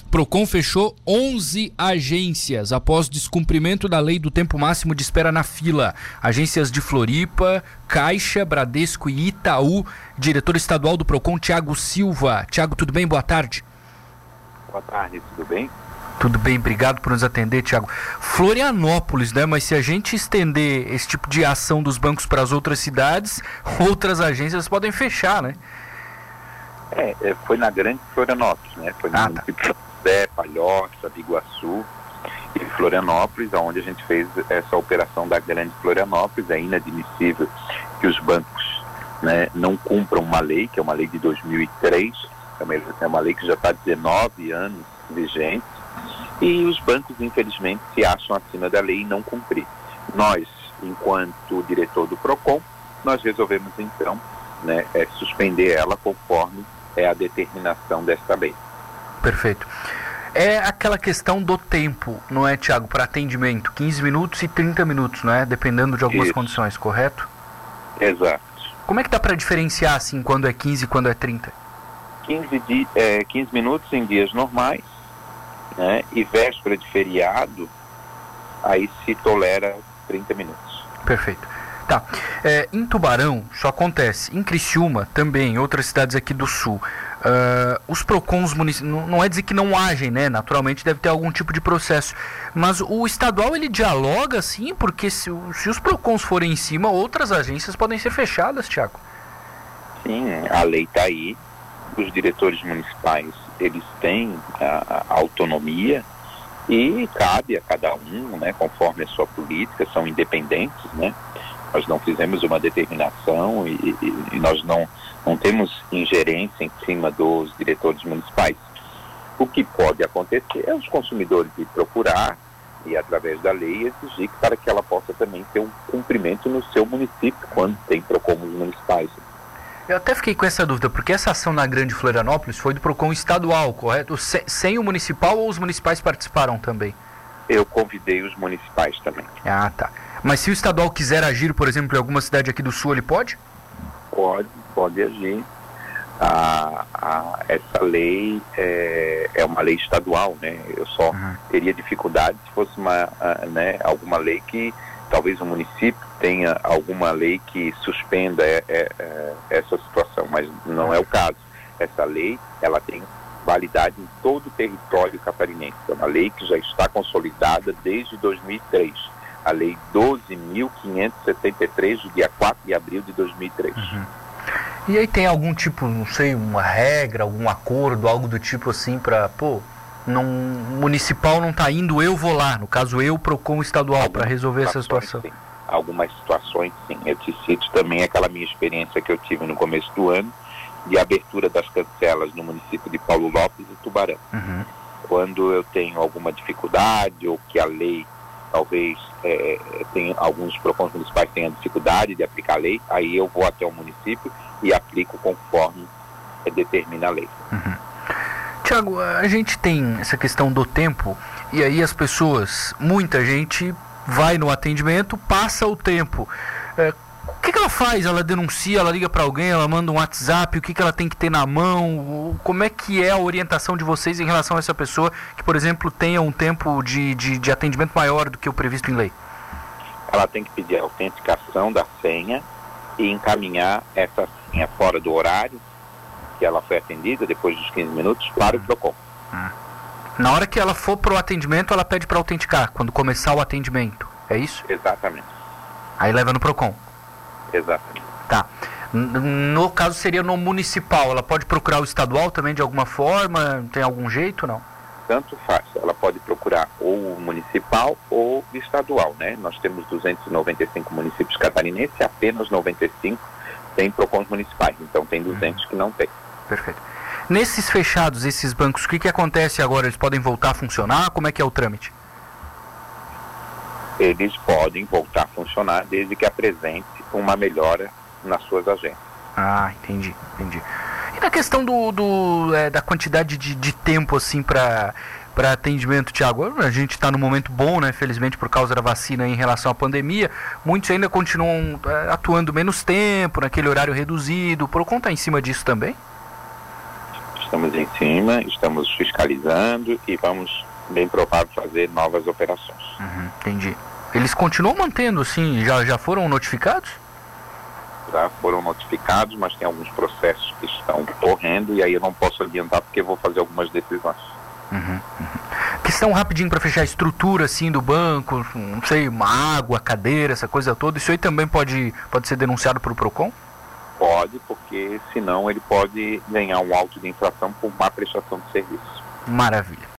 Procon fechou 11 agências após descumprimento da lei do tempo máximo de espera na fila. Agências de Floripa, Caixa, Bradesco e Itaú. Diretor estadual do Procon, Tiago Silva. Tiago, tudo bem? Boa tarde. Boa tarde, tudo bem? Tudo bem, obrigado por nos atender, Tiago. Florianópolis, né? Mas se a gente estender esse tipo de ação dos bancos para as outras cidades, outras agências podem fechar, né? Foi na Grande Florianópolis, né? Foi no município de São José, Palhoça, Biguaçu e Florianópolis, onde a gente fez essa operação da Grande Florianópolis. É inadmissível que os bancos, né, não cumpram uma lei, que é uma lei de 2003, é uma lei que já está há 19 anos vigente, e os bancos, infelizmente, se acham acima da lei e não cumprir. Nós, enquanto diretor do Procon, nós resolvemos, então, né, suspender ela conforme a determinação desta lei. Perfeito. É aquela questão do tempo, não é, Tiago, para atendimento? 15 minutos e 30 minutos, não é? Dependendo de algumas condições, correto? Exato. Como é que dá para diferenciar, assim, quando é 15 e quando é 30? 15 minutos em dias normais, né, e véspera de feriado, aí se tolera 30 minutos. Perfeito. Tá. Em Tubarão, isso acontece. Em Criciúma, também, em outras cidades aqui do sul. Os PROCONs municipais, não é dizer que não agem, né? Naturalmente deve ter algum tipo de processo. Mas o estadual, ele dialoga, sim, porque se os PROCONs forem em cima, outras agências podem ser fechadas, Tiago. Sim, a lei está aí. Os diretores municipais, eles têm a autonomia e cabe a cada um, né, conforme a sua política, são independentes, né? Nós não fizemos uma determinação e nós não temos ingerência em cima dos diretores municipais. O que pode acontecer é os consumidores ir procurar e, através da lei, exigir para que ela possa também ter um cumprimento no seu município, quando tem PROCONs municipais. Eu até fiquei com essa dúvida, porque essa ação na Grande Florianópolis foi do PROCON estadual, correto? Sem o municipal, ou os municipais participaram também? Eu convidei os municipais também. Ah, tá. Mas se o estadual quiser agir, por exemplo, em alguma cidade aqui do sul, ele pode? Pode agir. Essa lei é uma lei estadual, né? Eu só teria dificuldade se fosse alguma lei que talvez o município tenha alguma lei que suspenda essa situação, mas não é o caso. Essa lei, ela tem validade em todo o território catarinense. É uma lei que já está consolidada desde 2003. A lei 12.573, do dia 4 de abril de 2003. E aí tem algum tipo, não sei, uma regra, algum acordo, algo do tipo assim para, municipal não está indo, eu vou lá, no caso eu, PROCON estadual, para resolver essa situação? Sim. Algumas situações, sim. Eu te cito também aquela minha experiência que eu tive no começo do ano, de abertura das cancelas no município de Paulo Lopes e Tubarão. Quando eu tenho alguma dificuldade, ou que a lei, talvez, alguns PROCONs municipais tenham dificuldade de aplicar a lei, aí eu vou até o município e aplico conforme determina a lei. Tiago, a gente tem essa questão do tempo, e aí as pessoas, muita gente vai no atendimento, passa o tempo. O que ela faz? Ela denuncia, ela liga para alguém, ela manda um WhatsApp, o que ela tem que ter na mão? Como é que é a orientação de vocês em relação a essa pessoa que, por exemplo, tenha um tempo de atendimento maior do que o previsto em lei? Ela tem que pedir a autenticação da senha e encaminhar essa senha fora do horário que ela foi atendida, depois dos 15 minutos, para o PROCON. Na hora que ela for para o atendimento, ela pede para autenticar, quando começar o atendimento, é isso? Exatamente. Aí leva no PROCON. Exatamente. Tá. No caso seria no municipal, ela pode procurar o estadual também de alguma forma? Tem algum jeito, não? Tanto faz, ela pode procurar ou o municipal ou o estadual, né? Nós temos 295 municípios catarinenses e apenas 95 tem PROCONs municipais, então tem 200 que não tem. Perfeito. Nesses fechados, esses bancos, o que acontece agora? Eles podem voltar a funcionar? Como é que é o trâmite? Eles podem voltar a funcionar desde que apresente uma melhora nas suas agências. Ah, entendi. E na questão da quantidade de tempo, assim, para atendimento, Tiago, a gente está num momento bom, né, felizmente por causa da vacina em relação à pandemia, muitos ainda continuam atuando menos tempo, naquele horário reduzido. O PROCON está em cima disso também? Estamos em cima, estamos fiscalizando e vamos, bem provável, fazer novas operações. Entendi. Eles continuam mantendo, sim? Já foram notificados? Já foram notificados, mas tem alguns processos que estão correndo e aí eu não posso adiantar porque vou fazer algumas decisões. Questão rapidinho para fechar, a estrutura assim do banco, não sei, uma água, cadeira, essa coisa toda, isso aí também pode ser denunciado para o PROCON? Pode, porque senão ele pode ganhar um auto de infração por má prestação de serviço. Maravilha.